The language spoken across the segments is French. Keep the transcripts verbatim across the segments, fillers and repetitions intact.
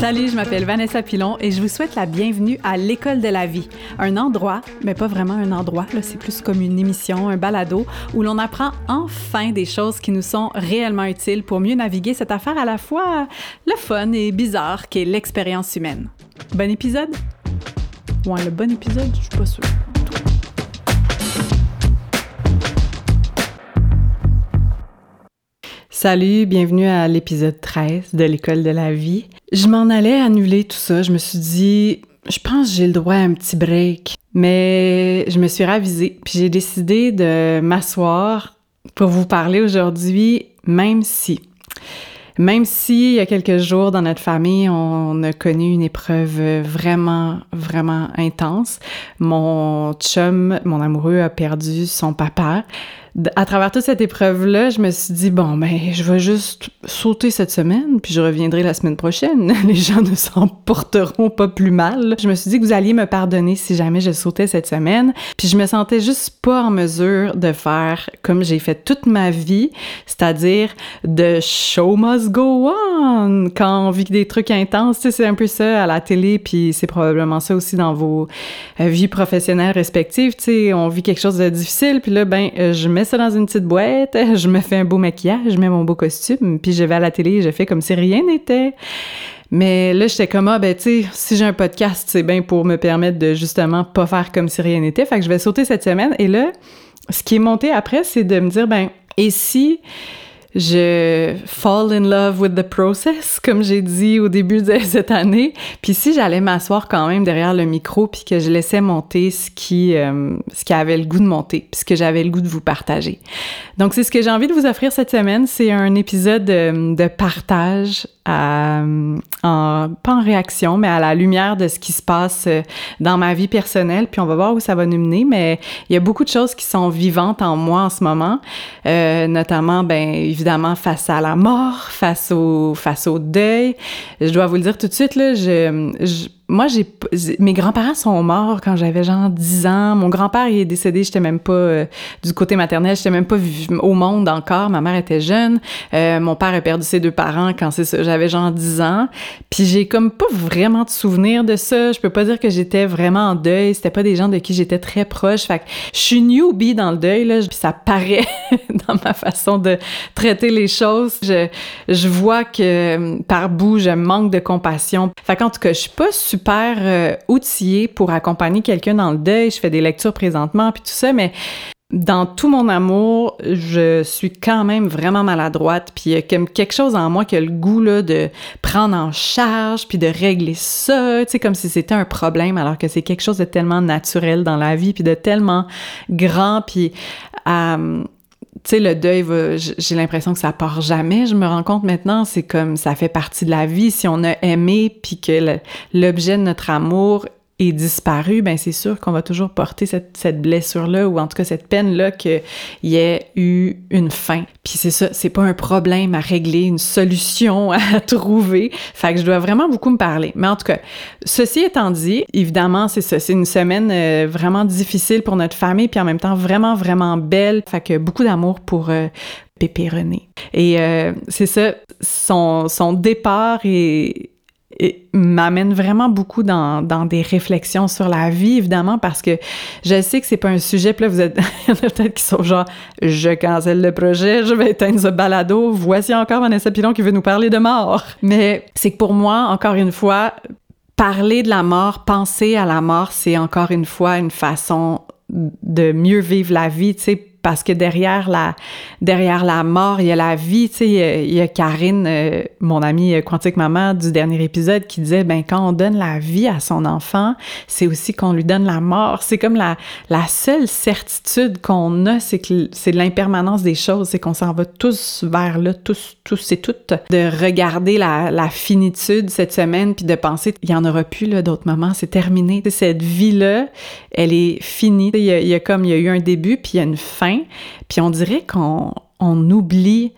Salut, je m'appelle Vanessa Pilon et je vous souhaite la bienvenue à l'École de la vie. Un endroit, mais pas vraiment un endroit, là, c'est plus comme une émission, un balado, où l'on apprend enfin des choses qui nous sont réellement utiles pour mieux naviguer cette affaire à la fois le fun et bizarre qu'est l'expérience humaine. Bon épisode? Ouais, le bon épisode, je suis pas sûre. Salut, bienvenue à l'épisode treize de l'École de la vie. Je m'en allais annuler tout ça. Je me suis dit, je pense que j'ai le droit à un petit break. Mais je me suis ravisée, puis j'ai décidé de m'asseoir pour vous parler aujourd'hui, même si. Même si, il y a quelques jours, dans notre famille, on a connu une épreuve vraiment, vraiment intense. Mon chum, mon amoureux, a perdu son papa. À travers toute cette épreuve-là, je me suis dit, bon, ben, je vais juste sauter cette semaine, puis je reviendrai la semaine prochaine. Les gens ne s'en porteront pas plus mal. Je me suis dit que vous alliez me pardonner si jamais je sautais cette semaine. Puis je me sentais juste pas en mesure de faire comme j'ai fait toute ma vie, c'est-à-dire de show must go on. Quand on vit des trucs intenses, tu sais, c'est un peu ça à la télé, puis c'est probablement ça aussi dans vos euh, vies professionnelles respectives. Tu sais, on vit quelque chose de difficile, puis là, ben, euh, je mets ça dans une petite boîte, je me fais un beau maquillage, je mets mon beau costume, puis je vais à la télé et je fais comme si rien n'était. Mais là, j'étais comme, ah, ben, tu sais, si j'ai un podcast, c'est bien pour me permettre de justement pas faire comme si rien n'était. Fait que je vais sauter cette semaine. Et là, ce qui est monté après, c'est de me dire, ben, et si je fall in love with the process, comme j'ai dit au début de cette année, puis si j'allais m'asseoir quand même derrière le micro puis que je laissais monter ce qui, euh, ce qui avait le goût de monter, puis ce que j'avais le goût de vous partager. Donc, c'est ce que j'ai envie de vous offrir cette semaine, c'est un épisode de, de partage à, en, pas en réaction, mais à la lumière de ce qui se passe dans ma vie personnelle, puis on va voir où ça va nous mener, mais il y a beaucoup de choses qui sont vivantes en moi en ce moment, euh, notamment, ben évidemment, face à la mort, face au, face au deuil. Je dois vous le dire tout de suite, là, je, je moi, j'ai, mes grands-parents sont morts quand j'avais genre dix ans. Mon grand-père, il est décédé, j'étais même pas euh, du côté maternel, j'étais même pas au monde encore. Ma mère était jeune. Euh, mon père a perdu ses deux parents quand c'est ça, j'avais genre dix ans. Puis j'ai comme pas vraiment de souvenirs de ça. Je peux pas dire que j'étais vraiment en deuil. C'était pas des gens de qui j'étais très proche. Fait que je suis newbie dans le deuil, là. Puis ça paraît dans ma façon de traiter les choses. Je, je vois que par bout, je manque de compassion. Fait qu'en tout cas, je suis pas super super euh, outillée pour accompagner quelqu'un dans le deuil. Je fais des lectures présentement, puis tout ça, mais dans tout mon amour, je suis quand même vraiment maladroite, puis il y a comme quelque chose en moi qui a le goût là, de prendre en charge, puis de régler ça, tu sais, comme si c'était un problème, alors que c'est quelque chose de tellement naturel dans la vie, puis de tellement grand, puis... Euh, tu sais, le deuil, va, j'ai l'impression que ça part jamais. Je me rends compte maintenant, c'est comme ça fait partie de la vie. Si on a aimé puis que le, l'objet de notre amour est disparu, ben c'est sûr qu'on va toujours porter cette, cette blessure-là ou en tout cas cette peine-là qu'il y ait eu une fin. Puis c'est ça, c'est pas un problème à régler, une solution à trouver. Fait que je dois vraiment beaucoup me parler. Mais en tout cas, ceci étant dit, évidemment, c'est ça, c'est une semaine euh, vraiment difficile pour notre famille puis en même temps vraiment, vraiment belle. Fait que beaucoup d'amour pour... Euh, Pépé René. Et euh, c'est ça, son, son départ est... Et m'amène vraiment beaucoup dans, dans des réflexions sur la vie, évidemment, parce que je sais que c'est pas un sujet, puis là, vous êtes, il y en a peut-être qui sont genre, je cancelle le projet, je vais éteindre ce balado, voici encore Vanessa Pilon qui veut nous parler de mort. Mais c'est que pour moi, encore une fois, parler de la mort, penser à la mort, c'est encore une fois une façon de mieux vivre la vie, tu sais, parce que derrière la, derrière la mort, il y a la vie, tu sais, il y a, il y a Karine, euh, mon amie Quantique Maman du dernier épisode, qui disait, ben quand on donne la vie à son enfant, c'est aussi qu'on lui donne la mort. C'est comme la, la seule certitude qu'on a, c'est que c'est de l'impermanence des choses, c'est qu'on s'en va tous vers là, tous, tous et toutes, de regarder la, la finitude cette semaine, puis de penser, il y en aura plus, là, d'autres moments, c'est terminé. Cette vie-là, elle est finie. Il y a, il y a comme, il y a eu un début, puis il y a une fin. Puis on dirait qu'on on oublie,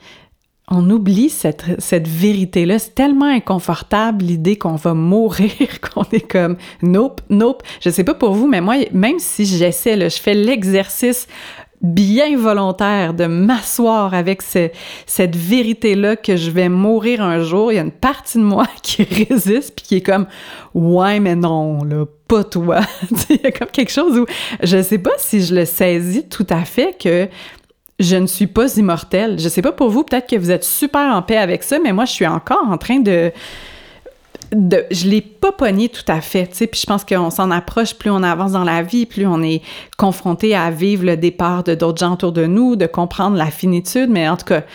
on oublie cette, cette vérité-là. C'est tellement inconfortable, l'idée qu'on va mourir, qu'on est comme « nope, nope ». Je sais pas pour vous, mais moi, même si j'essaie, là, je fais l'exercice bien volontaire de m'asseoir avec ce, cette vérité-là que je vais mourir un jour, il y a une partie de moi qui résiste puis qui est comme « Ouais, mais non, là, pas toi! » Il y a comme quelque chose où je sais pas si je le saisis tout à fait que je ne suis pas immortelle. Je sais pas pour vous, peut-être que vous êtes super en paix avec ça, mais moi, je suis encore en train de... de je l'ai pas pogné tout à fait, tu sais, puis je pense qu'on s'en approche, plus on avance dans la vie, plus on est confronté à vivre le départ de d'autres gens autour de nous, de comprendre la finitude, mais en tout cas,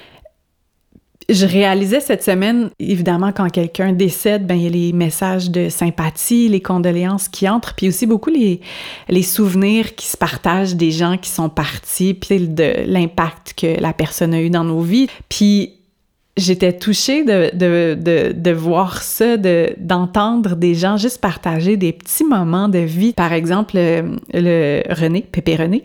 je réalisais cette semaine, évidemment, quand quelqu'un décède, ben il y a les messages de sympathie, les condoléances qui entrent, puis aussi beaucoup les, les souvenirs qui se partagent des gens qui sont partis, puis de l'impact que la personne a eu dans nos vies. Puis j'étais touchée de, de, de, de voir ça, de, d'entendre des gens juste partager des petits moments de vie. Par exemple, le, le René, Pépé René,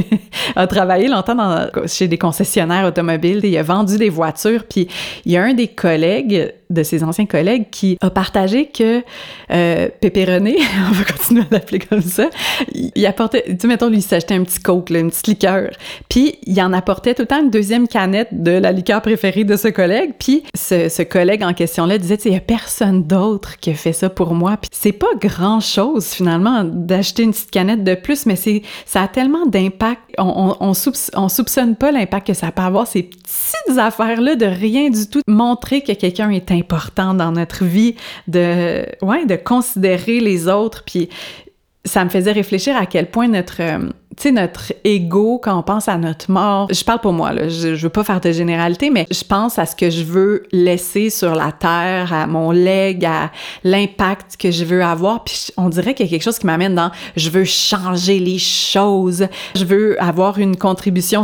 a travaillé longtemps dans, chez des concessionnaires automobiles. Il a vendu des voitures, puis il y a un des collègues, de ses anciens collègues, qui a partagé que euh, Pépé René, on va continuer à l'appeler comme ça, il apportait, tu sais, mettons, lui, il s'achetait un petit coke, là, une petite liqueur, puis il en apportait tout le temps une deuxième canette de la liqueur préférée de ce collègue, puis ce, ce collègue en question-là disait, tu sais, il y a personne d'autre qui a fait ça pour moi, puis c'est pas grand-chose, finalement, d'acheter une petite canette de plus, mais c'est, ça a tellement d'impact, on, on, on, soupç- on soupçonne pas l'impact que ça peut avoir, ces petites affaires-là de rien du tout, montrer que quelqu'un est important dans notre vie, de, ouais, de considérer les autres, puis ça me faisait réfléchir à quel point notre, euh, tu sais, notre ego, quand on pense à notre mort, je parle pour moi, là, je, je veux pas faire de généralité, mais je pense à ce que je veux laisser sur la terre, à mon legs, à l'impact que je veux avoir, puis on dirait qu'il y a quelque chose qui m'amène dans « je veux changer les choses, je veux avoir une contribution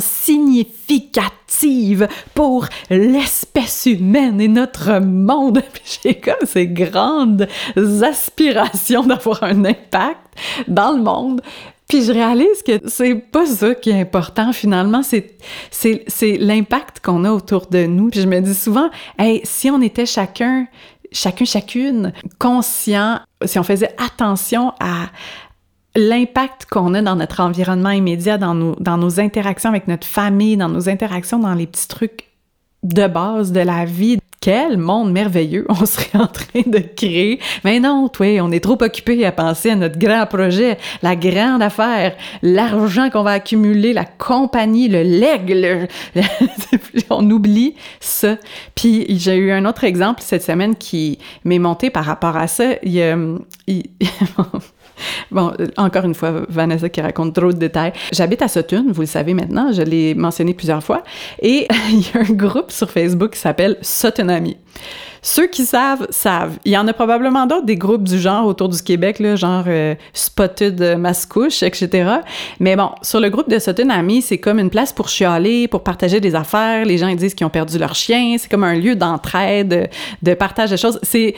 significative pour l'espèce humaine et notre monde », puis j'ai comme ces grandes aspirations d'avoir un impact dans le monde. Puis je réalise que c'est pas ça qui est important, finalement, c'est, c'est, c'est l'impact qu'on a autour de nous. Puis je me dis souvent, hey, si on était chacun, chacun, chacune, conscient, si on faisait attention à l'impact qu'on a dans notre environnement immédiat, dans nos, dans nos interactions avec notre famille, dans nos interactions dans les petits trucs de base de la vie, quel monde merveilleux on serait en train de créer. Mais non, toi, on est trop occupé à penser à notre grand projet, la grande affaire, l'argent qu'on va accumuler, la compagnie, le leg, le, le, on oublie ça. Puis j'ai eu un autre exemple cette semaine qui m'est monté par rapport à ça. Il, euh, il, Bon, encore une fois, Vanessa qui raconte trop de détails. J'habite à Sutton, vous le savez maintenant, je l'ai mentionné plusieurs fois, et il y a un groupe sur Facebook qui s'appelle Sutton Amis. Ceux qui savent, savent. Il y en a probablement d'autres, des groupes du genre autour du Québec, là, genre euh, Spotted Mascouche, et cetera. Mais bon, sur le groupe de Sutton Amis, c'est comme une place pour chialer, pour partager des affaires. Les gens ils disent qu'ils ont perdu leur chien. C'est comme un lieu d'entraide, de partage de choses. C'est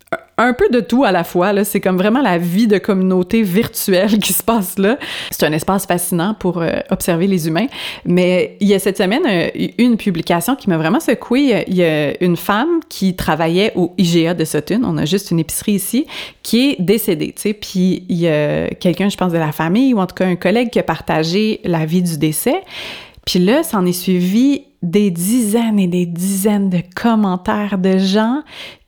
un peu de tout à la fois, là. C'est comme vraiment la vie de communauté virtuelle qui se passe là. C'est un espace fascinant pour euh, observer les humains. Mais il y a cette semaine euh, une publication qui m'a vraiment secouée. Il y a une femme qui travaillait au I G A de Sutton, on a juste une épicerie ici, qui est décédée, tu sais. Puis il y a quelqu'un, je pense, de la famille, ou en tout cas un collègue qui a partagé la vie du décès. Puis là, s'en est suivi des dizaines et des dizaines de commentaires de gens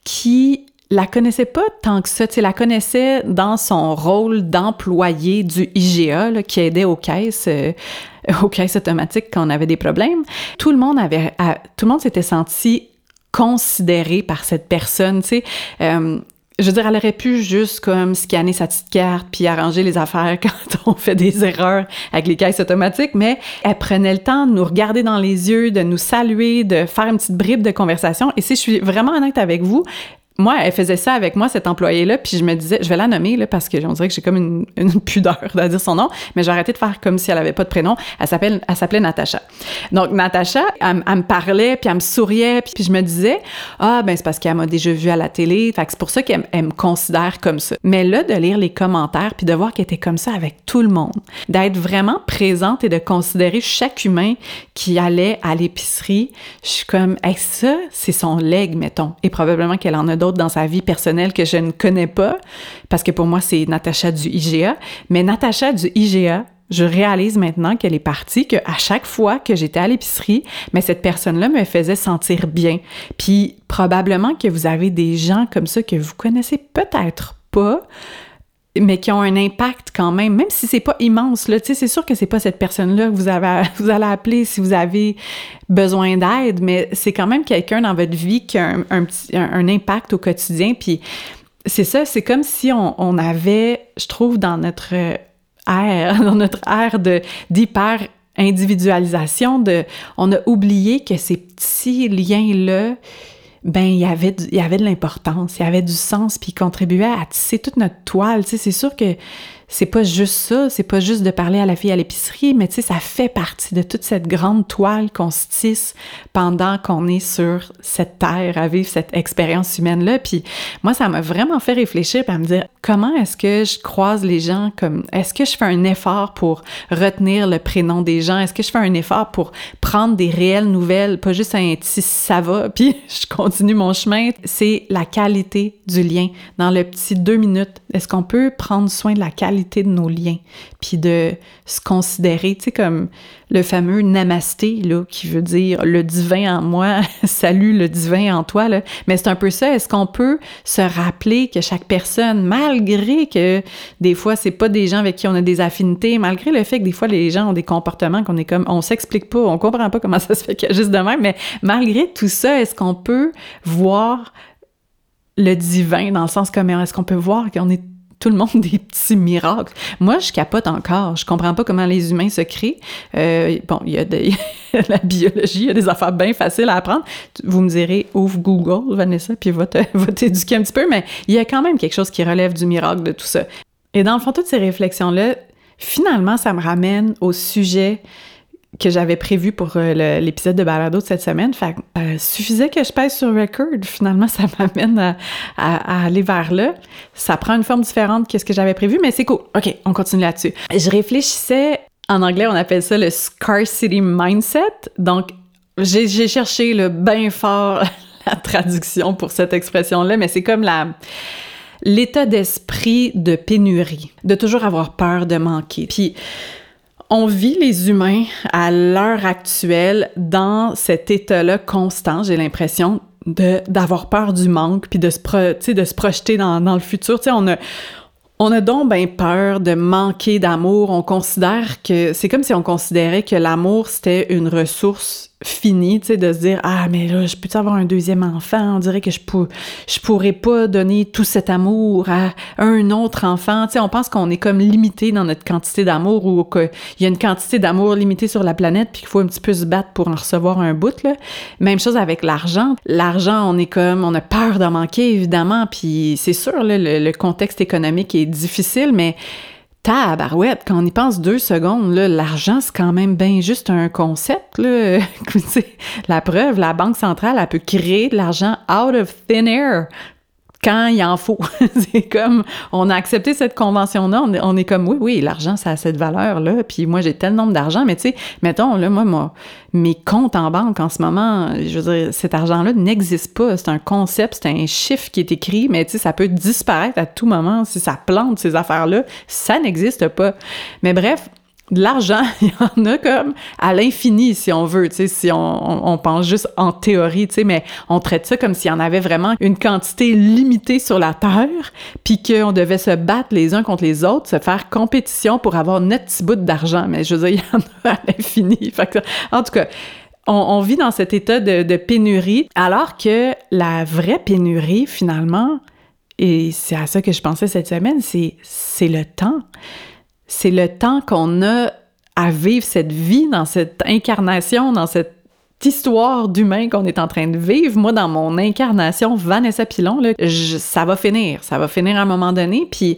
qui la connaissait pas tant que ça, tu sais, la connaissait dans son rôle d'employé du I G A, là, qui aidait aux caisses, euh, aux caisses automatiques quand on avait des problèmes. Tout le monde avait, à, tout le monde s'était senti considéré par cette personne, tu sais. Euh, je veux dire, elle aurait pu juste comme scanner sa petite carte puis arranger les affaires quand on fait des erreurs avec les caisses automatiques, mais elle prenait le temps de nous regarder dans les yeux, de nous saluer, de faire une petite bribe de conversation. Et si je suis vraiment honnête avec vous, moi, elle faisait ça avec moi, cette employée-là, puis je me disais, je vais la nommer, là, parce que on dirait que j'ai comme une, une pudeur à dire son nom, mais j'ai arrêté de faire comme si elle avait pas de prénom. Elle s'appelle, elle s'appelait Natacha. Donc, Natacha, elle, elle me parlait, puis elle me souriait, puis, puis je me disais, ah, ben c'est parce qu'elle m'a déjà vue à la télé, fait que c'est pour ça qu'elle elle me considère comme ça. Mais là, de lire les commentaires, puis de voir qu'elle était comme ça avec tout le monde, d'être vraiment présente et de considérer chaque humain qui allait à l'épicerie, je suis comme, hey, ça, c'est son leg, mettons, et probablement qu'elle en a d'autres dans sa vie personnelle que je ne connais pas, parce que pour moi, c'est Natacha du I G A. Mais Natacha du I G A, Je réalise maintenant qu'elle est partie, qu'à chaque fois que j'étais à l'épicerie, mais cette personne-là me faisait sentir bien. Puis probablement que vous avez des gens comme ça que vous connaissez peut-être pas, mais qui ont un impact quand même, même si c'est pas immense, là. Tu sais, c'est sûr que c'est pas cette personne-là que vous avez, vous allez appeler si vous avez besoin d'aide, mais c'est quand même quelqu'un dans votre vie qui a un, un, petit, un, un impact au quotidien. Puis c'est ça, c'est comme si on, on avait, je trouve, dans notre ère, dans notre ère de, d'hyper-individualisation, de, on a oublié que ces petits liens-là, ben il y avait du, il y avait de l'importance, il y avait du sens, puis ils contribuaient à tisser toute notre toile. Tu sais, c'est sûr que c'est pas juste ça, c'est pas juste de parler à la fille à l'épicerie, mais tu sais, ça fait partie de toute cette grande toile qu'on se tisse pendant qu'on est sur cette terre à vivre cette expérience humaine-là. Puis moi, ça m'a vraiment fait réfléchir puis à me dire, comment est-ce que je croise les gens comme... Est-ce que je fais un effort pour retenir le prénom des gens? Est-ce que je fais un effort pour prendre des réelles nouvelles, pas juste un petit « ça va », puis je continue mon chemin? C'est la qualité du lien. Dans le petit deux minutes, est-ce qu'on peut prendre soin de la qualité de nos liens, puis de se considérer, tu sais, comme le fameux namasté, là, qui veut dire le divin en moi, salut le divin en toi, là. Mais c'est un peu ça, est-ce qu'on peut se rappeler que chaque personne, malgré que des fois, c'est pas des gens avec qui on a des affinités, malgré le fait que des fois, les gens ont des comportements qu'on est comme, on s'explique pas, on comprend pas comment ça se fait qu'il y a juste de même, mais malgré tout ça, est-ce qu'on peut voir le divin, dans le sens comme, est-ce qu'on peut voir qu'on est tout le monde des petits miracles. Moi, je capote encore. Je comprends pas comment les humains se créent. Euh, bon, il y a de, la biologie, il y a des affaires bien faciles à apprendre. Vous me direz, ouvre Google, Vanessa, puis va, te, va t'éduquer un petit peu, mais il y a quand même quelque chose qui relève du miracle de tout ça. Et dans le fond, toutes ces réflexions-là, finalement, ça me ramène au sujet que j'avais prévu pour euh, le, l'épisode de balado de cette semaine. Fait que euh, suffisait que je pèse sur record. Finalement, ça m'amène à, à, à aller vers là. Ça prend une forme différente que ce que j'avais prévu, mais c'est cool. OK, on continue là-dessus. Je réfléchissais, en anglais, on appelle ça le scarcity mindset. Donc, j'ai, j'ai cherché le bien fort la traduction pour cette expression-là, mais c'est comme la... l'état d'esprit de pénurie, de toujours avoir peur de manquer. Puis, on vit, les humains, à l'heure actuelle, dans cet état-là constant, j'ai l'impression, de, d'avoir peur du manque, puis de se, pro, de se projeter dans, dans le futur. Tu sais, on a, on a donc bien peur de manquer d'amour. On considère que... C'est comme si on considérait que l'amour, c'était une ressource finie, tu sais, de se dire « Ah, mais là, je peux-tu avoir un deuxième enfant? On dirait que je, pour, je pourrais pas donner tout cet amour à un autre enfant. » Tu sais, on pense qu'on est comme limité dans notre quantité d'amour ou qu'il y a une quantité d'amour limitée sur la planète puis qu'il faut un petit peu se battre pour en recevoir un bout, là. Même chose avec l'argent. L'argent, on est comme... On a peur d'en manquer, évidemment, puis c'est sûr, là, le, le contexte économique est difficile, mais... Tabarouette, quand on y pense deux secondes, là, l'argent, c'est quand même bien juste un concept, là. La preuve, la Banque centrale, elle peut créer de l'argent out of thin air quand il en faut. C'est comme, on a accepté cette convention-là, on est, on est comme, oui, oui, l'argent, ça a cette valeur-là, puis moi, j'ai tel nombre d'argent, mais tu sais, mettons, là, moi, moi, mes comptes en banque en ce moment, je veux dire, cet argent-là n'existe pas, c'est un concept, c'est un chiffre qui est écrit, mais tu sais, ça peut disparaître à tout moment, si ça plante ces affaires-là, ça n'existe pas. Mais bref, de l'argent, il y en a comme à l'infini, si on veut, tu sais, si on, on, on pense juste en théorie, tu sais, mais on traite ça comme s'il y en avait vraiment une quantité limitée sur la Terre, puis qu'on devait se battre les uns contre les autres, se faire compétition pour avoir notre petit bout d'argent. Mais je veux dire, il y en a à l'infini. Fait que, en tout cas, on, on vit dans cet état de, de pénurie, alors que la vraie pénurie, finalement, et c'est à ça que je pensais cette semaine, c'est, c'est le temps. C'est le temps qu'on a à vivre cette vie, dans cette incarnation, dans cette histoire d'humain qu'on est en train de vivre. Moi, dans mon incarnation, Vanessa Pilon, là, je, ça va finir. Ça va finir à un moment donné, puis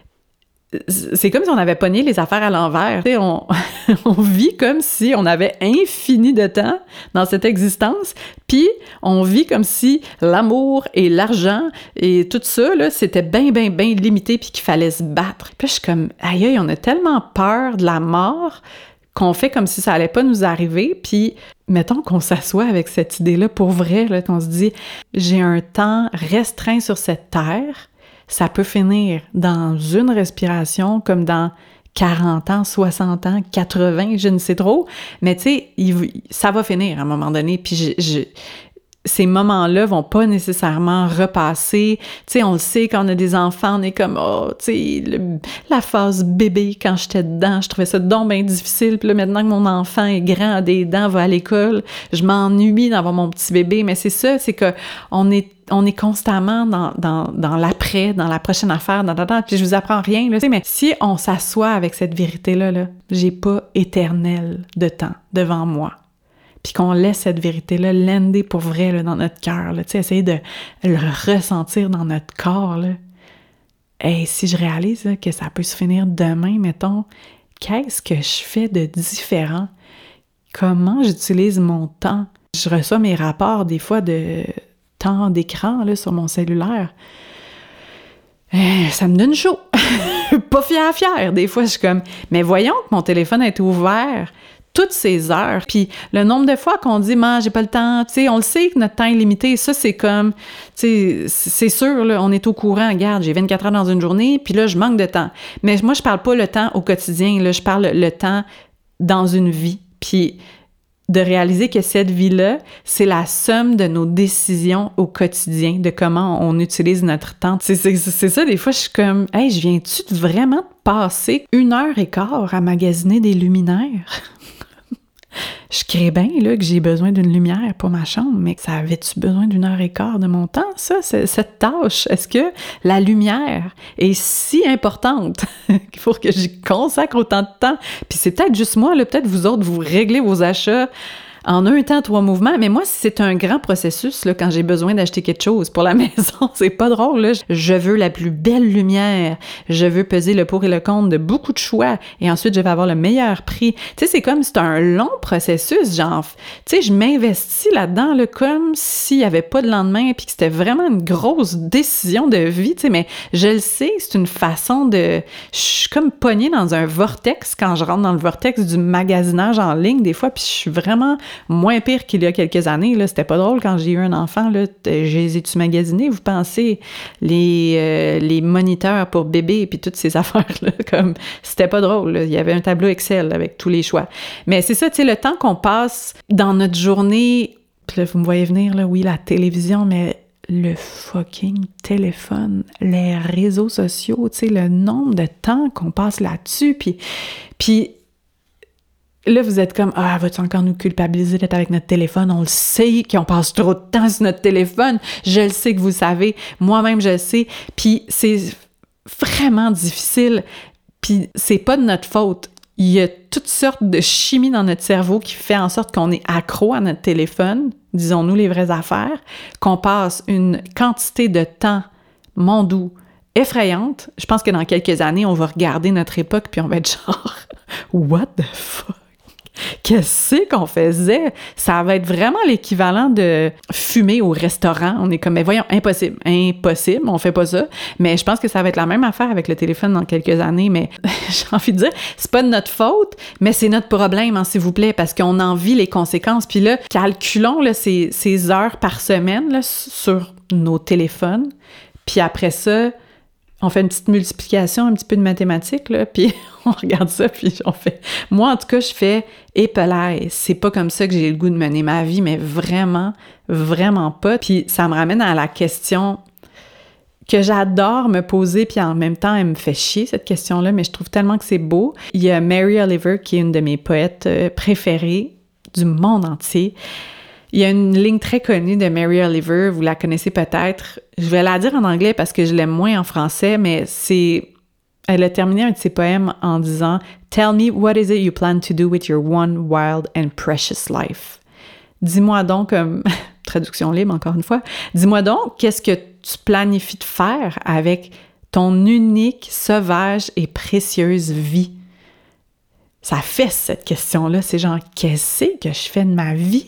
c'est comme si on avait pogné les affaires à l'envers. Tu sais, on, on vit comme si on avait infini de temps dans cette existence, puis on vit comme si l'amour et l'argent et tout ça, là, c'était bien, bien, bien limité puis qu'il fallait se battre. Puis je suis comme, aïe, aïe, on a tellement peur de la mort qu'on fait comme si ça allait pas nous arriver, puis mettons qu'on s'assoit avec cette idée-là pour vrai, là, qu'on se dit, j'ai un temps restreint sur cette terre, ça peut finir dans une respiration comme dans quarante ans, soixante ans, quatre-vingts, je ne sais trop. Mais tu sais, ça va finir à un moment donné. Puis je, je, ces moments-là vont pas nécessairement repasser. Tu sais, on le sait, quand on a des enfants, on est comme, oh, tu sais, le, la phase bébé, quand j'étais dedans, je trouvais ça donc bien difficile. Puis là, maintenant que mon enfant est grand, a des dents, va à l'école, je m'ennuie d'avoir mon petit bébé. Mais c'est ça, c'est que on est On est constamment dans, dans, dans l'après, dans la prochaine affaire, dans, dans, dans, puis je vous apprends rien, là, mais si on s'assoit avec cette vérité-là, là, j'ai pas éternel de temps devant moi, puis qu'on laisse cette vérité-là lander pour vrai là, dans notre cœur, là, tu sais, essayer de le ressentir dans notre corps, là. Et si je réalise là, que ça peut se finir demain, mettons, qu'est-ce que je fais de différent? Comment j'utilise mon temps? Je reçois mes rapports des fois de temps d'écran là, sur mon cellulaire. Euh, ça me donne chaud. Pas fière, fière. Des fois, je suis comme, mais voyons que mon téléphone a été ouvert toutes ces heures. Puis le nombre de fois qu'on dit, man, j'ai pas le temps, tu sais, on le sait que notre temps est limité. Ça, c'est comme, tu sais, c'est sûr, là, on est au courant. Regarde, j'ai vingt-quatre heures dans une journée, puis là, je manque de temps. Mais moi, je parle pas le temps au quotidien, là, je parle le temps dans une vie. Puis de réaliser que cette vie-là, c'est la somme de nos décisions au quotidien, de comment on utilise notre temps. C'est, c'est, c'est ça, des fois, je suis comme, « Hey, je viens-tu vraiment de passer une heure et quart à magasiner des luminaires? » Je crée bien là, que j'ai besoin d'une lumière pour ma chambre, mais ça avait-tu besoin d'une heure et quart de mon temps, ça, cette tâche? Est-ce que la lumière est si importante qu'il faut que j'y consacre autant de temps? Puis c'est peut-être juste moi, là, peut-être vous autres, vous réglez vos achats en un temps, trois mouvements, mais moi, c'est un grand processus là, quand j'ai besoin d'acheter quelque chose pour la maison. C'est pas drôle, là. Je veux la plus belle lumière, je veux peser le pour et le contre de beaucoup de choix, et ensuite, je vais avoir le meilleur prix. Tu sais, c'est comme, c'est un long processus, genre, tu sais, je m'investis là-dedans, là, comme s'il y avait pas de lendemain, puis que c'était vraiment une grosse décision de vie, tu sais, mais je le sais, c'est une façon de... Je suis comme pognée dans un vortex quand je rentre dans le vortex du magasinage en ligne, des fois, puis je suis vraiment moins pire qu'il y a quelques années, là. C'était pas drôle quand j'ai eu un enfant, là. J'ai les ai-tu magasiné, vous pensez? Les, euh, les moniteurs pour bébé, puis toutes ces affaires-là, comme, c'était pas drôle, là. Il y avait un tableau Excel avec tous les choix. Mais c'est ça, tu sais, le temps qu'on passe dans notre journée, puis là, vous me voyez venir, là, oui, la télévision, mais le fucking téléphone, les réseaux sociaux, tu sais, le nombre de temps qu'on passe là-dessus, puis... puis là, vous êtes comme, ah, vas-tu encore nous culpabiliser d'être avec notre téléphone? On le sait qu'on passe trop de temps sur notre téléphone. Je le sais que vous le savez. Moi-même, je le sais. Puis c'est vraiment difficile. Puis c'est pas de notre faute. Il y a toutes sortes de chimie dans notre cerveau qui fait en sorte qu'on est accro à notre téléphone, disons-nous les vraies affaires, qu'on passe une quantité de temps, mon doux, effrayante. Je pense que dans quelques années, on va regarder notre époque puis on va être genre, what the fuck? Qu'est-ce qu'on faisait? Ça va être vraiment l'équivalent de fumer au restaurant. On est comme, mais voyons, impossible, impossible, on fait pas ça. Mais je pense que ça va être la même affaire avec le téléphone dans quelques années. Mais j'ai envie de dire, c'est pas de notre faute, mais c'est notre problème, hein, s'il vous plaît, parce qu'on en vit les conséquences. Puis là, calculons là, ces, ces heures par semaine là, sur nos téléphones. Puis après ça, on fait une petite multiplication, un petit peu de mathématiques, là, puis on regarde ça, puis on fait... Moi, en tout cas, je fais « épelaille ». C'est pas comme ça que j'ai le goût de mener ma vie, mais vraiment, vraiment pas. Puis ça me ramène à la question que j'adore me poser, puis en même temps, elle me fait chier, cette question-là, mais je trouve tellement que c'est beau. Il y a Mary Oliver, qui est une de mes poètes préférées du monde entier. Il y a une ligne très connue de Mary Oliver, vous la connaissez peut-être. Je vais la dire en anglais parce que je l'aime moins en français, mais c'est... Elle a terminé un de ses poèmes en disant « Tell me what is it you plan to do with your one wild and precious life. » Dis-moi donc, comme traduction libre encore une fois, dis-moi donc qu'est-ce que tu planifies de faire avec ton unique, sauvage et précieuse vie. Ça fait cette question-là, c'est genre, qu'est-ce que je fais de ma vie?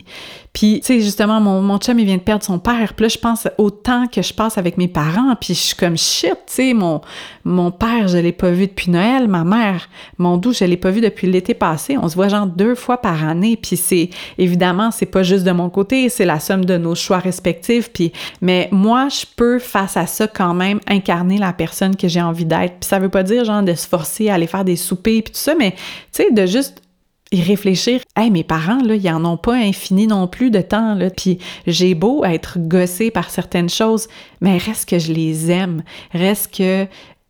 Puis, tu sais, justement, mon, mon chum, il vient de perdre son père. Puis là, je pense au temps que je passe avec mes parents. Puis je suis comme shit, tu sais, mon, mon père, je l'ai pas vu depuis Noël. Ma mère, mon doux, je l'ai pas vu depuis l'été passé. On se voit genre deux fois par année. Puis c'est, évidemment, c'est pas juste de mon côté, c'est la somme de nos choix respectifs. Puis, mais moi, je peux, face à ça, quand même, incarner la personne que j'ai envie d'être. Puis ça veut pas dire, genre, de se forcer à aller faire des soupers puis tout ça, mais, tu sais, de juste y réfléchir. « Hey, mes parents, là, ils en ont pas infini non plus de temps, là. Puis j'ai beau être gossée par certaines choses, mais reste que je les aime. Reste que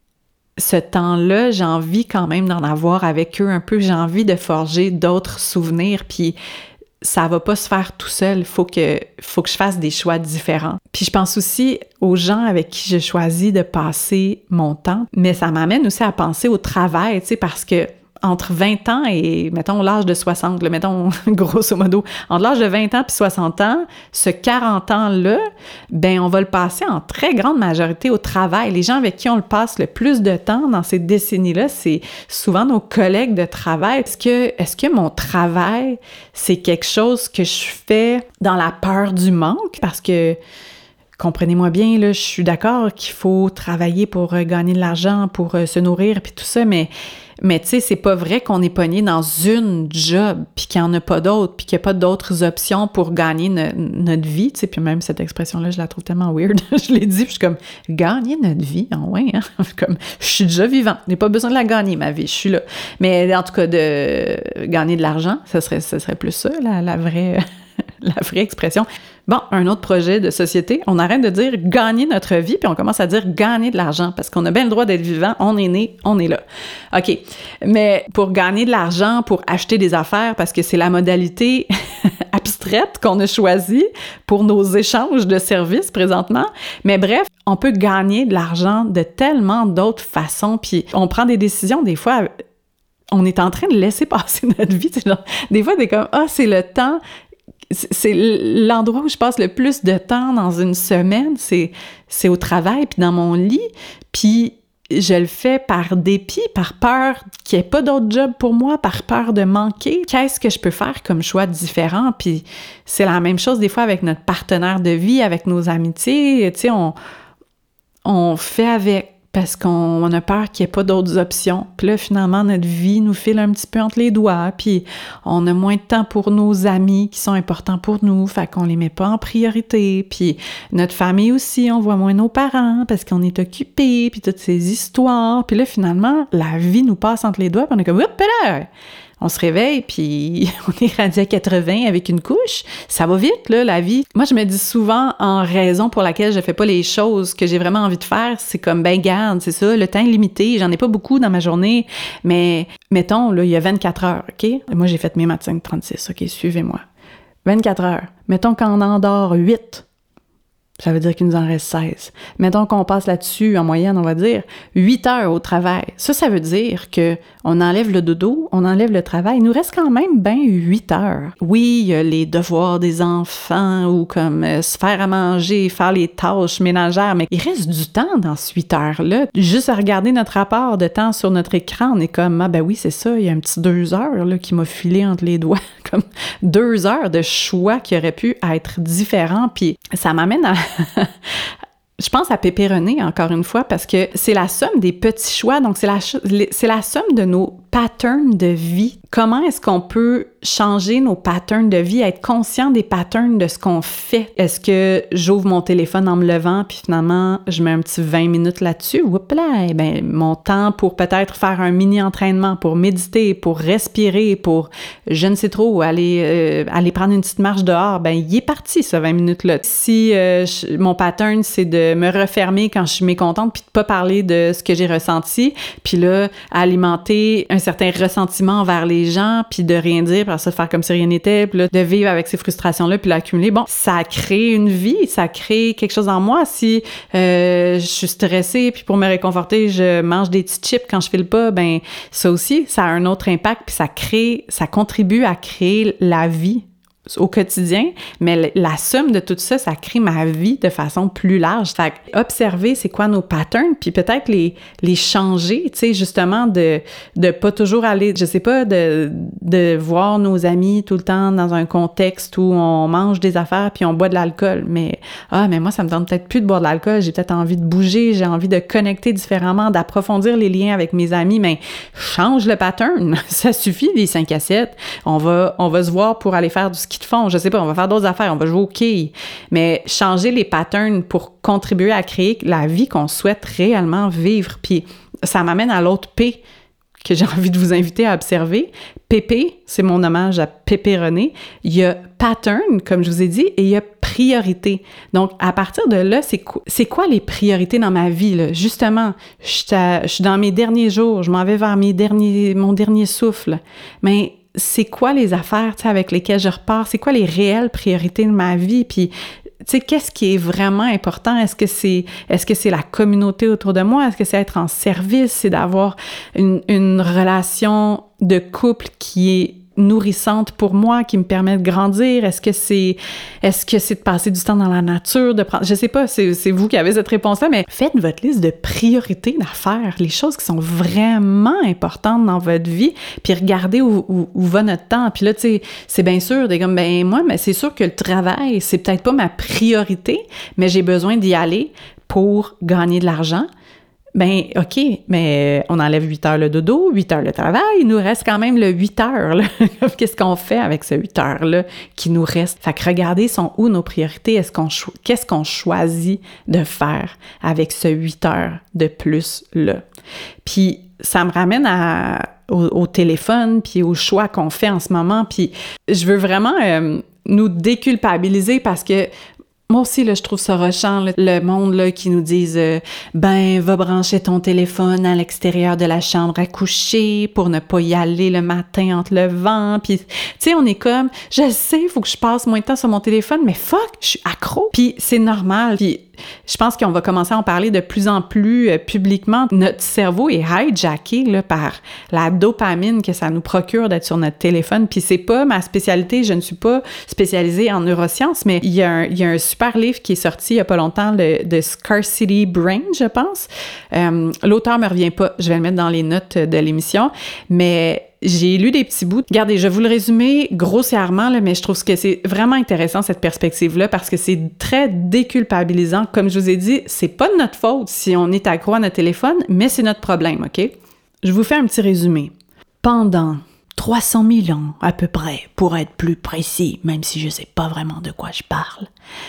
ce temps-là, j'ai envie quand même d'en avoir avec eux un peu. J'ai envie de forger d'autres souvenirs. Puis ça va pas se faire tout seul. Faut que, faut que je fasse des choix différents. Puis je pense aussi aux gens avec qui j'ai choisi de passer mon temps. Mais ça m'amène aussi à penser au travail, tu sais, parce que entre vingt ans et, mettons, l'âge de soixante, là, mettons, grosso modo, entre l'âge de vingt ans puis soixante ans, ce quarante ans-là, ben on va le passer en très grande majorité au travail. Les gens avec qui on le passe le plus de temps dans ces décennies-là, c'est souvent nos collègues de travail. Est-ce que, est-ce que mon travail, c'est quelque chose que je fais dans la peur du manque? Parce que, comprenez-moi bien, là, je suis d'accord qu'il faut travailler pour euh, gagner de l'argent, pour euh, se nourrir, puis tout ça, mais Mais tu sais, c'est pas vrai qu'on est pogné dans une job, puis qu'il n'y en a pas d'autres, puis qu'il n'y a pas d'autres options pour gagner ne, notre vie, tu sais. Puis même cette expression-là, je la trouve tellement weird. Je l'ai dit, puis je suis comme, gagner notre vie? Ah ouais, hein? Comme, je suis déjà vivant. Je n'ai pas besoin de la gagner, ma vie. Je suis là. Mais en tout cas, de gagner de l'argent, ça serait, ça serait plus ça, la, la vraie... la vraie expression. Bon, un autre projet de société, on arrête de dire gagner notre vie, puis on commence à dire gagner de l'argent, parce qu'on a bien le droit d'être vivant, on est né, on est là. OK, mais pour gagner de l'argent, pour acheter des affaires, parce que c'est la modalité abstraite qu'on a choisie pour nos échanges de services présentement, mais bref, on peut gagner de l'argent de tellement d'autres façons, puis on prend des décisions des fois... On est en train de laisser passer notre vie. Genre, des fois, t'es comme, ah, c'est le temps... C'est l'endroit où je passe le plus de temps dans une semaine, c'est, c'est au travail, puis dans mon lit, puis je le fais par dépit, par peur qu'il n'y ait pas d'autre job pour moi, par peur de manquer. Qu'est-ce que je peux faire comme choix différent? Puis c'est la même chose des fois avec notre partenaire de vie, avec nos amitiés, tu sais, on, on fait avec... parce qu'on a peur qu'il n'y ait pas d'autres options. Puis là, finalement, notre vie nous file un petit peu entre les doigts, puis on a moins de temps pour nos amis qui sont importants pour nous, fait qu'on les met pas en priorité. Puis notre famille aussi, on voit moins nos parents parce qu'on est occupé, puis toutes ces histoires. Puis là, finalement, la vie nous passe entre les doigts, puis on est comme « Oups là! » On se réveille, puis on est rendu à quatre-vingts avec une couche. Ça va vite, là, la vie. Moi, je me dis souvent, en raison pour laquelle je fais pas les choses que j'ai vraiment envie de faire, c'est comme, ben garde, c'est ça, le temps est limité, j'en ai pas beaucoup dans ma journée, mais mettons, là, il y a vingt-quatre heures, OK? Moi, j'ai fait mes maths cinq trente-six, OK, suivez-moi. vingt-quatre heures. Mettons qu'on en dort huit. Ça veut dire qu'il nous en reste seize. Mettons qu'on passe là-dessus, en moyenne, on va dire, huit heures au travail. Ça, ça veut dire que on enlève le dodo, on enlève le travail. Il nous reste quand même ben huit heures. Oui, il y a les devoirs des enfants ou comme euh, se faire à manger, faire les tâches ménagères, mais il reste du temps dans ces huit heures-là. Juste à regarder notre rapport de temps sur notre écran, on est comme, ah ben oui, c'est ça, il y a un petit deux heures là, qui m'a filé entre les doigts. Comme deux heures de choix qui auraient pu être différents. Puis ça m'amène à... Je pense à péperonner, encore une fois, parce que c'est la somme des petits choix, donc c'est la, c'est la somme de nos patterns de vie. Comment est-ce qu'on peut changer nos patterns de vie, être conscient des patterns de ce qu'on fait? Est-ce que j'ouvre mon téléphone en me levant, puis finalement, je mets un petit vingt minutes là-dessus? Oups là! Eh bien, mon temps pour peut-être faire un mini-entraînement, pour méditer, pour respirer, pour, je ne sais trop, aller, euh, aller prendre une petite marche dehors, ben il est parti, ce vingt minutes-là. Si euh, je, mon pattern, c'est de me refermer quand je suis mécontente, puis de pas parler de ce que j'ai ressenti, puis là, alimenter un certain ressentiment envers les gens, puis de rien dire, puis ça, de faire comme si rien n'était, puis là, de vivre avec ces frustrations-là, puis l'accumuler. Bon, ça crée une vie, ça crée quelque chose en moi. Si euh, je suis stressée, puis pour me réconforter, je mange des petits chips quand je file pas, ben ça aussi, ça a un autre impact, puis ça crée, ça contribue à créer la vie au quotidien, mais la somme de tout ça, ça crée ma vie de façon plus large. Fait observer c'est quoi nos patterns, puis peut-être les, les changer, tu sais, justement, de de pas toujours aller, je sais pas, de de voir nos amis tout le temps dans un contexte où on mange des affaires puis on boit de l'alcool. Mais, ah, mais moi, ça me tente peut-être plus de boire de l'alcool. J'ai peut-être envie de bouger, j'ai envie de connecter différemment, d'approfondir les liens avec mes amis. Mais change le pattern. Ça suffit, les cinq à sept. On va, on va se voir pour aller faire du ski de fond. Je sais pas, on va faire d'autres affaires, on va jouer au quai. Mais changer les patterns pour contribuer à créer la vie qu'on souhaite réellement vivre. Puis ça m'amène à l'autre P que j'ai envie de vous inviter à observer. Pépé, c'est mon hommage à Pépé René. Il y a pattern, comme je vous ai dit, et il y a priorité. Donc, à partir de là, c'est quoi, c'est quoi les priorités dans ma vie, là? Justement, je suis dans mes derniers jours, je m'en vais vers mes derniers, mon dernier souffle. Mais c'est quoi les affaires, tu sais, avec lesquelles je repars? C'est quoi les réelles priorités de ma vie? Puis, tu sais, qu'est-ce qui est vraiment important? Est-ce que c'est, est-ce que c'est la communauté autour de moi? Est-ce que c'est être en service? C'est d'avoir une, une relation de couple qui est nourrissante pour moi, qui me permet de grandir? Est-ce que c'est, est-ce que c'est de passer du temps dans la nature, de prendre, je sais pas, c'est, c'est vous qui avez cette réponse-là, mais faites votre liste de priorités d'affaires, les choses qui sont vraiment importantes dans votre vie, puis regardez où, où, où va notre temps. Puis là, tu sais, c'est bien sûr, des comme, ben moi, mais c'est sûr que le travail, c'est peut-être pas ma priorité, mais j'ai besoin d'y aller pour gagner de l'argent. Ben, OK, mais on enlève huit heures le dodo, huit heures le travail, il nous reste quand même le huit heures, là. Qu'est-ce qu'on fait avec ce huit heures-là qui nous reste? Fait que regardez, sont où nos priorités? Est-ce qu'on cho- qu'est-ce qu'on choisit de faire avec ce huit heures de plus-là? Puis, ça me ramène à, au, au téléphone, puis au choix qu'on fait en ce moment, puis je veux vraiment euh, nous déculpabiliser parce que moi aussi, là, je trouve ça rushant, là, le monde là, qui nous dise euh, « Ben, va brancher ton téléphone à l'extérieur de la chambre à coucher pour ne pas y aller le matin en te levant. » Puis, tu sais, on est comme « Je sais, il faut que je passe moins de temps sur mon téléphone, mais fuck, je suis accro. » Puis c'est normal. Puis je pense qu'on va commencer à en parler de plus en plus euh, publiquement. Notre cerveau est hijacké là, par la dopamine que ça nous procure d'être sur notre téléphone. Puis c'est pas ma spécialité, je ne suis pas spécialisée en neurosciences, mais il y a un, il y a un super livre qui est sorti il y a pas longtemps, le, de Scarcity Brain, je pense. Euh, l'auteur me revient pas, je vais le mettre dans les notes de l'émission, mais j'ai lu des petits bouts. Regardez, je vais vous le résumer grossièrement, là, mais je trouve que c'est vraiment intéressant, cette perspective-là, parce que c'est très déculpabilisant. Comme je vous ai dit, c'est pas de notre faute si on est accro à notre téléphone, mais c'est notre problème, OK? Je vous fais un petit résumé. Pendant trois cent mille ans, à peu près, pour être plus précis, même si je sais pas vraiment de quoi je parle,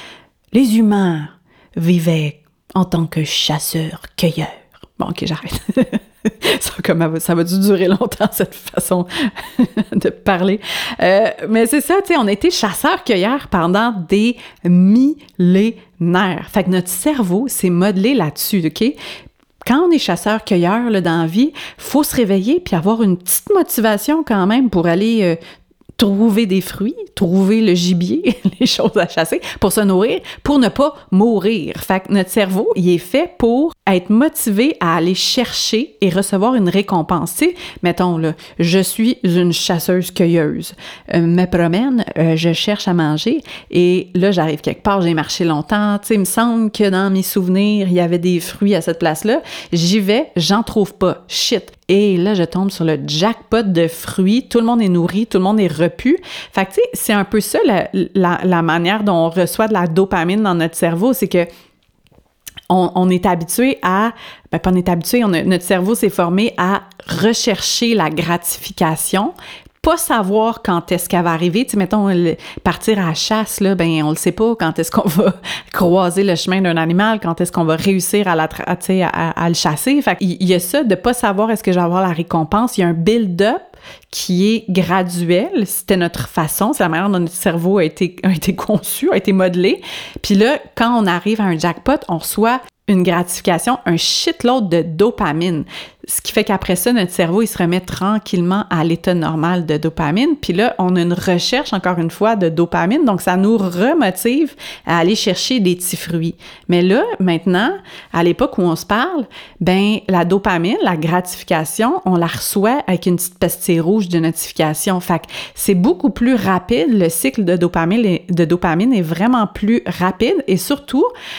les humains vivaient en tant que chasseurs-cueilleurs. Bon, OK, j'arrête. Ça, comme, ça va dû durer longtemps, cette façon de parler. Euh, mais c'est ça, tu sais, on a été chasseurs-cueilleurs pendant des millénaires. Fait que notre cerveau s'est modelé là-dessus, OK? Quand on est chasseur-cueilleur là, dans la vie, faut se réveiller puis avoir une petite motivation quand même pour aller euh, trouver des fruits, trouver le gibier, les choses à chasser, pour se nourrir, pour ne pas mourir. Fait que notre cerveau, il est fait pour être motivé à aller chercher et recevoir une récompense. Tu sais, mettons, là, je suis une chasseuse-cueilleuse, euh, me promène, euh, je cherche à manger, et là, j'arrive quelque part, j'ai marché longtemps, tu sais, il me semble que dans mes souvenirs, il y avait des fruits à cette place-là. J'y vais, j'en trouve pas. Shit! Et là, je tombe sur le jackpot de fruits. Tout le monde est nourri, tout le monde est repu. Fait que, tu sais, c'est un peu ça la, la, la manière dont on reçoit de la dopamine dans notre cerveau. C'est que on, on est habitué à... Ben, pas on est habitué, on a, notre cerveau s'est formé à rechercher la gratification, pas savoir quand est-ce qu'elle va arriver. Tu sais, mettons, le, partir à la chasse, là, ben, on le sait pas quand est-ce qu'on va croiser le chemin d'un animal, quand est-ce qu'on va réussir à, la tra- à, tu sais, à, à, à le chasser. Fait qu'il y a ça de pas savoir est-ce que je vais avoir la récompense. Il y a un build-up qui est graduel. C'était notre façon, c'est la manière dont notre cerveau a été, a été conçu, a été modelé. Puis là, quand on arrive à un jackpot, on reçoit une gratification, un shitload de dopamine. Ce qui fait qu'après ça, notre cerveau, il se remet tranquillement à l'état normal de dopamine. Puis là, on a une recherche, encore une fois, de dopamine. Donc, ça nous remotive à aller chercher des petits fruits. Mais là, maintenant, à l'époque où on se parle, ben la dopamine, la gratification, on la reçoit avec une petite pastille rouge de notification. Fait que c'est beaucoup plus rapide. Le cycle de dopamine, de dopamine est vraiment plus rapide. Et surtout,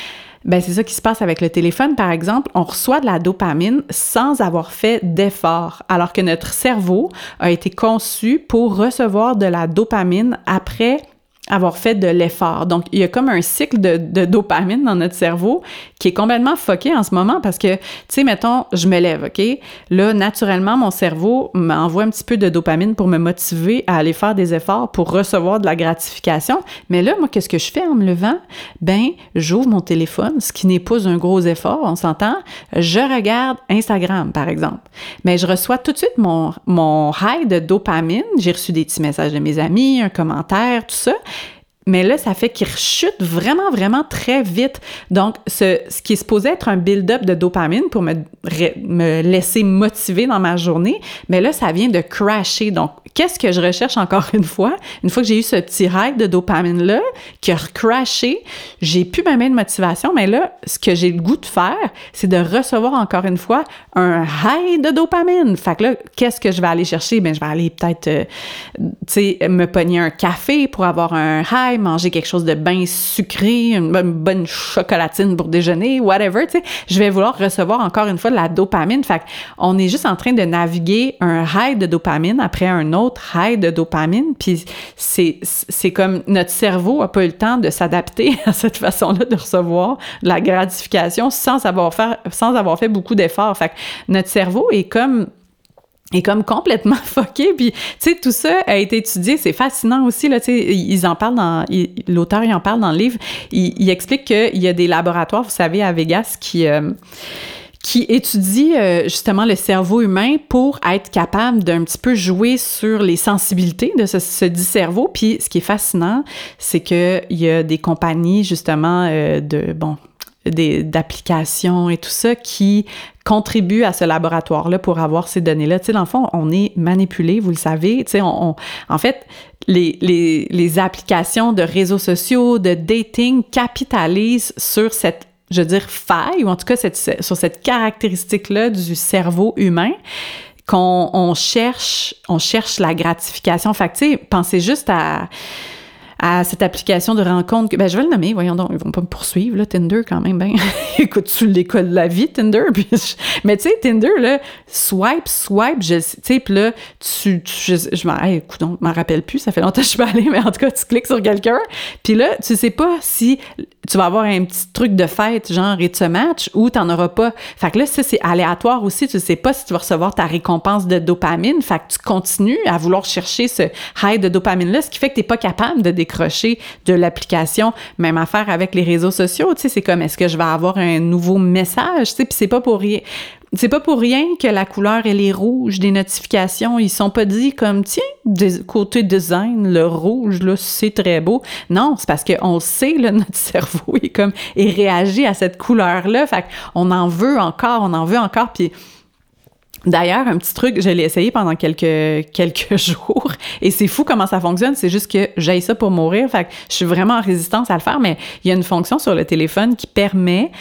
Ben c'est ça qui se passe avec le téléphone, par exemple. On reçoit de la dopamine sans avoir fait d'effort, alors que notre cerveau a été conçu pour recevoir de la dopamine après avoir fait de l'effort. Donc, il y a comme un cycle de, de dopamine dans notre cerveau qui est complètement fucké en ce moment parce que, tu sais, mettons, je me lève, OK? Là, naturellement, mon cerveau m'envoie un petit peu de dopamine pour me motiver à aller faire des efforts pour recevoir de la gratification. Mais là, moi, qu'est-ce que je fais en me levant? Ben, j'ouvre mon téléphone, ce qui n'est pas un gros effort, on s'entend. Je regarde Instagram, par exemple. Mais je reçois tout de suite mon, mon high de dopamine. J'ai reçu des petits messages de mes amis, un commentaire, tout ça. Mais là, ça fait qu'il rechute vraiment, vraiment très vite. Donc, ce, ce qui est supposé être un build-up de dopamine pour me, me laisser motiver dans ma journée, mais là, ça vient de crasher. Donc, qu'est-ce que je recherche encore une fois? Une fois que j'ai eu ce petit ride de dopamine-là, qui a crashé, j'ai plus ma main de motivation, mais là, ce que j'ai le goût de faire, c'est de recevoir encore une fois un high de dopamine. Fait que là, qu'est-ce que je vais aller chercher? Bien, je vais aller peut-être, euh, tu sais, me pogner un café pour avoir un high, manger quelque chose de bien sucré, une, une bonne chocolatine pour déjeuner, whatever, tu sais. Je vais vouloir recevoir encore une fois de la dopamine. Fait qu'on est juste en train de naviguer un high de dopamine après un autre high de dopamine, puis c'est, c'est comme notre cerveau n'a pas eu le temps de s'adapter à cette façon-là de recevoir de la gratification sans avoir fait, sans avoir fait beaucoup d'efforts. Fait que notre cerveau est comme est comme complètement fucké, puis tu sais, tout ça a été étudié, c'est fascinant aussi, là, tu sais, ils en parlent dans, il, l'auteur, il en parle dans le livre, il, il explique qu'il y a des laboratoires, vous savez, à Vegas, qui... Euh, qui étudie euh, justement le cerveau humain pour être capable d'un petit peu jouer sur les sensibilités de ce, ce dit cerveau. Puis ce qui est fascinant, c'est qu'il y a des compagnies justement euh, de, bon, des, d'applications et tout ça qui contribuent à ce laboratoire-là pour avoir ces données-là. Tu sais, dans le fond, on est manipulé, vous le savez. Tu sais, on, on, en fait, les, les, les applications de réseaux sociaux, de dating capitalisent sur cette je veux dire, faille, ou en tout cas cette, sur cette caractéristique-là du cerveau humain, qu'on on cherche, on cherche la gratification. Fait que, tu sais, pensez juste à, à cette application de rencontre. Que, ben, je vais le nommer, voyons donc, ils vont pas me poursuivre, là, Tinder, quand même, ben, écoute-tu l'école de la vie, Tinder? Puis je, mais tu sais, Tinder, là, swipe, swipe, je, tu sais, puis là, tu, tu, je, je m'en, hey, écoute, je m'en rappelle plus, ça fait longtemps que je suis pas allée, mais en tout cas, tu cliques sur quelqu'un, puis là, tu sais pas si tu vas avoir un petit truc de fête, genre It's a match, ou t'en auras pas. Fait que là, ça, c'est aléatoire aussi. Tu sais pas si tu vas recevoir ta récompense de dopamine. Fait que tu continues à vouloir chercher ce high de dopamine-là, ce qui fait que t'es pas capable de décrocher de l'application. Même affaire avec les réseaux sociaux. Tu sais, c'est comme, est-ce que je vais avoir un nouveau message? Tu sais, puis c'est pas pour rien. C'est pas pour rien que la couleur, elle est rouge des notifications. Ils sont pas dit comme, tiens, des, côté design, le rouge, là, c'est très beau. Non, c'est parce qu'on le sait, là, notre cerveau est comme, il réagit à cette couleur-là. Fait qu'on en veut encore, on en veut encore. Puis d'ailleurs, un petit truc, je l'ai essayé pendant quelques, quelques jours et c'est fou comment ça fonctionne. C'est juste que j'aille ça pour mourir. Fait que je suis vraiment en résistance à le faire, mais il y a une fonction sur le téléphone qui permet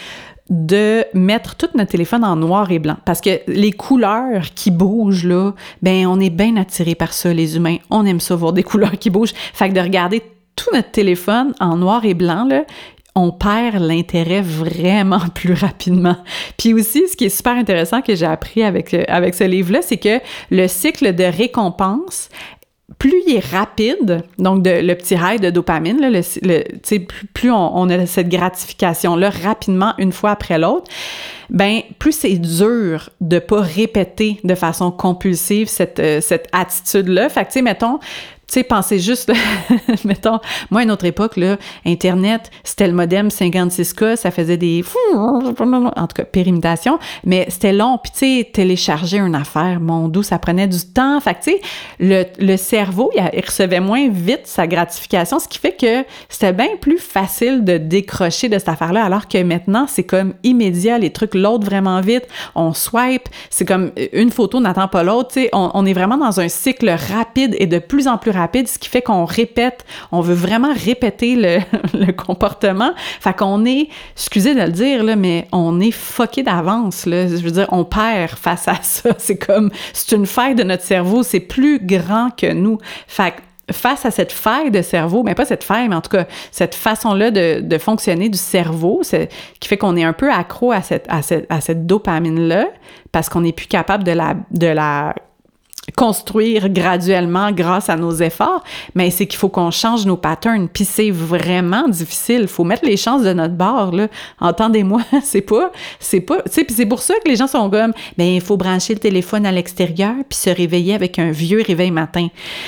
de mettre tout notre téléphone en noir et blanc. Parce que les couleurs qui bougent, là, ben on est bien attirés par ça, les humains. On aime ça, voir des couleurs qui bougent. Fait que de regarder tout notre téléphone en noir et blanc, là, on perd l'intérêt vraiment plus rapidement. Puis aussi, ce qui est super intéressant que j'ai appris avec, avec ce livre-là, c'est que le cycle de récompense, plus il est rapide, donc de, le petit high de dopamine, là, le, le, plus, plus on, on a cette gratification-là rapidement, une fois après l'autre, ben plus c'est dur de pas répéter de façon compulsive cette, euh, cette attitude-là. Fait que, tu sais, mettons, tu sais, pensez juste, là, mettons, moi, à une autre époque, là, Internet, c'était le modem cinquante-six K, ça faisait des... En tout cas, périmitation, mais c'était long. Puis, tu sais, télécharger une affaire, mon doux, ça prenait du temps. Fait que, tu sais, le, le cerveau, il, il recevait moins vite sa gratification, ce qui fait que c'était bien plus facile de décrocher de cette affaire-là, alors que maintenant, c'est comme immédiat, les trucs loadent vraiment vite, on swipe, c'est comme une photo n'attend pas l'autre, tu sais, on, on est vraiment dans un cycle rapide et de plus en plus rapide. Rapide, ce qui fait qu'on répète, on veut vraiment répéter le, le comportement. Fait qu'on est, excusez de le dire, là, mais on est fucké d'avance, là. Je veux dire, on perd face à ça. C'est comme, c'est une faille de notre cerveau, c'est plus grand que nous. Fait que face à cette faille de cerveau, mais pas cette faille, mais en tout cas, cette façon-là de, de fonctionner du cerveau, c'est, qui fait qu'on est un peu accro à cette, à cette, à cette dopamine-là, parce qu'on n'est plus capable de la, de la construire graduellement grâce à nos efforts, mais c'est qu'il faut qu'on change nos patterns, puis c'est vraiment difficile. Il faut mettre les chances de notre bord, là. Entendez-moi, c'est pas... c'est pas, tu sais, puis c'est pour ça que les gens sont comme, ben il faut brancher le téléphone à l'extérieur, puis se réveiller avec un vieux réveil matin.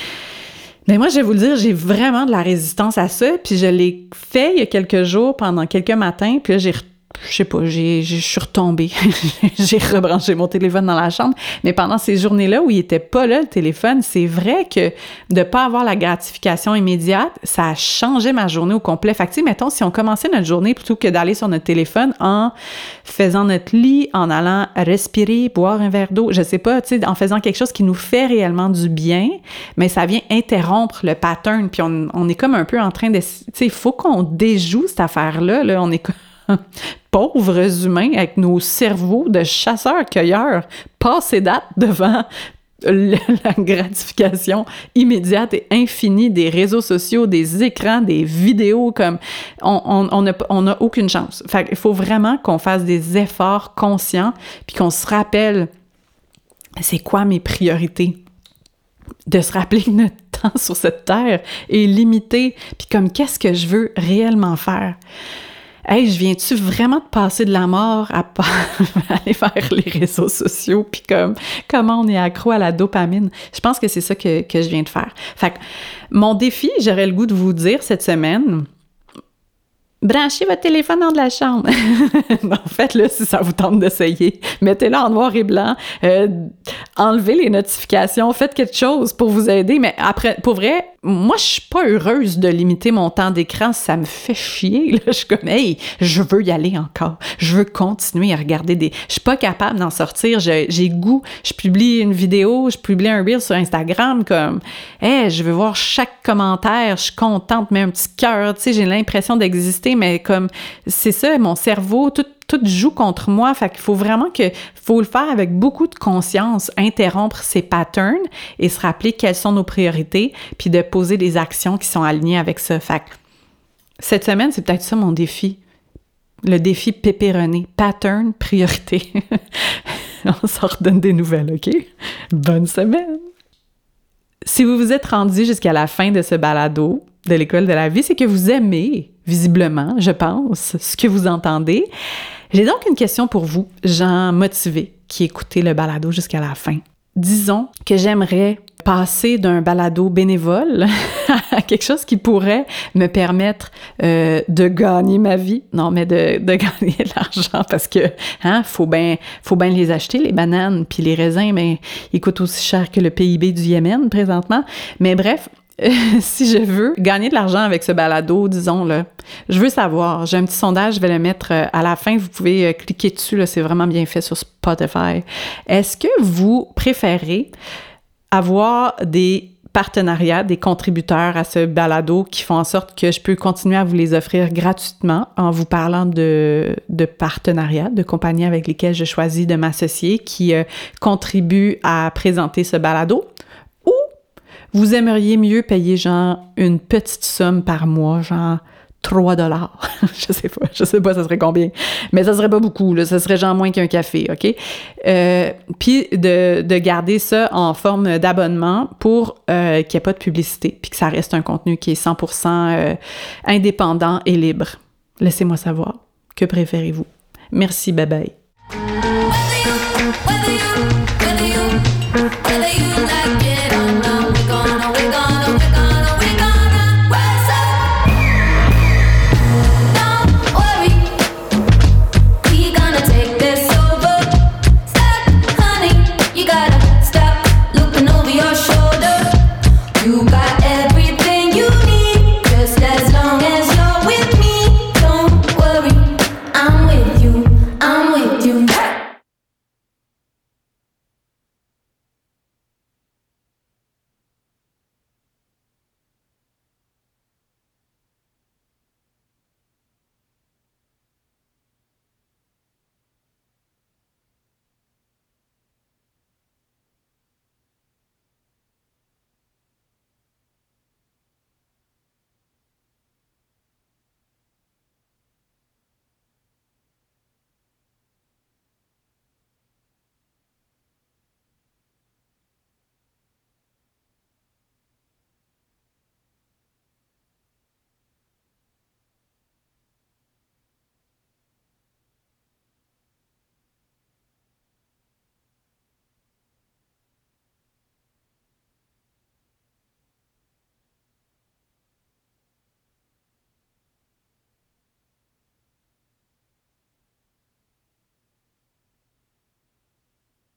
Mais moi, je vais vous le dire, j'ai vraiment de la résistance à ça, puis je l'ai fait il y a quelques jours, pendant quelques matins, puis là, j'ai je sais pas, j'ai, je suis retombée. J'ai rebranché mon téléphone dans la chambre. Mais pendant ces journées-là où il était pas là, le téléphone, c'est vrai que de pas avoir la gratification immédiate, ça a changé ma journée au complet. Fait que, tu sais, mettons, si on commençait notre journée plutôt que d'aller sur notre téléphone en faisant notre lit, en allant respirer, boire un verre d'eau, je sais pas, tu sais, en faisant quelque chose qui nous fait réellement du bien, mais ça vient interrompre le pattern. Puis on, on est comme un peu en train de... Tu sais, il faut qu'on déjoue cette affaire-là, là. On est comme... pauvres humains avec nos cerveaux de chasseurs-cueilleurs passés date devant le, la gratification immédiate et infinie des réseaux sociaux, des écrans, des vidéos, comme on on, on, a, on a aucune chance. Fait qu'il faut vraiment qu'on fasse des efforts conscients puis qu'on se rappelle c'est quoi mes priorités. De se rappeler que notre temps sur cette terre est limité puis comme qu'est-ce que je veux réellement faire. Hey, je viens-tu vraiment de passer de la mort à pas aller faire les réseaux sociaux, puis comme comment on est accro à la dopamine? Je pense que c'est ça que, que je viens de faire. Fait que mon défi, j'aurais le goût de vous dire cette semaine, branchez votre téléphone dans de la chambre. En fait, là, si ça vous tente d'essayer, mettez-le en noir et blanc, euh, enlevez les notifications, faites quelque chose pour vous aider. Mais après, pour vrai, moi, je suis pas heureuse de limiter mon temps d'écran. Ça me fait chier, là. Je suis comme, hey, je veux y aller encore. Je veux continuer à regarder des... Je suis pas capable d'en sortir. Je, j'ai goût. Je publie une vidéo, je publie un reel sur Instagram comme, hey, je veux voir chaque commentaire. Je suis contente, mets un petit cœur. Tu sais, j'ai l'impression d'exister, mais comme, c'est ça, mon cerveau, tout tout joue contre moi, fait qu'il faut vraiment que, faut le faire avec beaucoup de conscience, interrompre ces patterns et se rappeler quelles sont nos priorités, puis de poser des actions qui sont alignées avec ça. Fait que cette semaine, c'est peut-être ça mon défi, le défi pépéronné, pattern, priorité. On s'en redonne des nouvelles, OK? Bonne semaine! Si vous vous êtes rendu jusqu'à la fin de ce balado de l'École de la vie, c'est que vous aimez, visiblement, je pense, ce que vous entendez. J'ai donc une question pour vous, gens motivés qui écoutez le balado jusqu'à la fin. Disons que j'aimerais passer d'un balado bénévole à quelque chose qui pourrait me permettre euh, de gagner ma vie. Non, mais de, de gagner de l'argent parce que, hein, faut bien faut bien les acheter, les bananes, puis les raisins, mais ils coûtent aussi cher que le P I B du Yémen présentement. Mais bref, Euh, si je veux gagner de l'argent avec ce balado, disons, là, je veux savoir, j'ai un petit sondage, je vais le mettre euh, à la fin, vous pouvez euh, cliquer dessus, là, c'est vraiment bien fait sur Spotify. Est-ce que vous préférez avoir des partenariats, des contributeurs à ce balado qui font en sorte que je peux continuer à vous les offrir gratuitement en vous parlant de, de partenariats, de compagnies avec lesquelles je choisis de m'associer, qui euh, contribuent à présenter ce balado? Vous aimeriez mieux payer genre une petite somme par mois, genre trois dollars. je sais pas, je sais pas ça serait combien. Mais ça serait pas beaucoup, là. Ça serait genre moins qu'un café, OK? Euh, puis de, de garder ça en forme d'abonnement pour euh, qu'il n'y ait pas de publicité, puis que ça reste un contenu qui est cent pour cent euh, indépendant et libre. Laissez-moi savoir. Que préférez-vous? Merci, bye bye.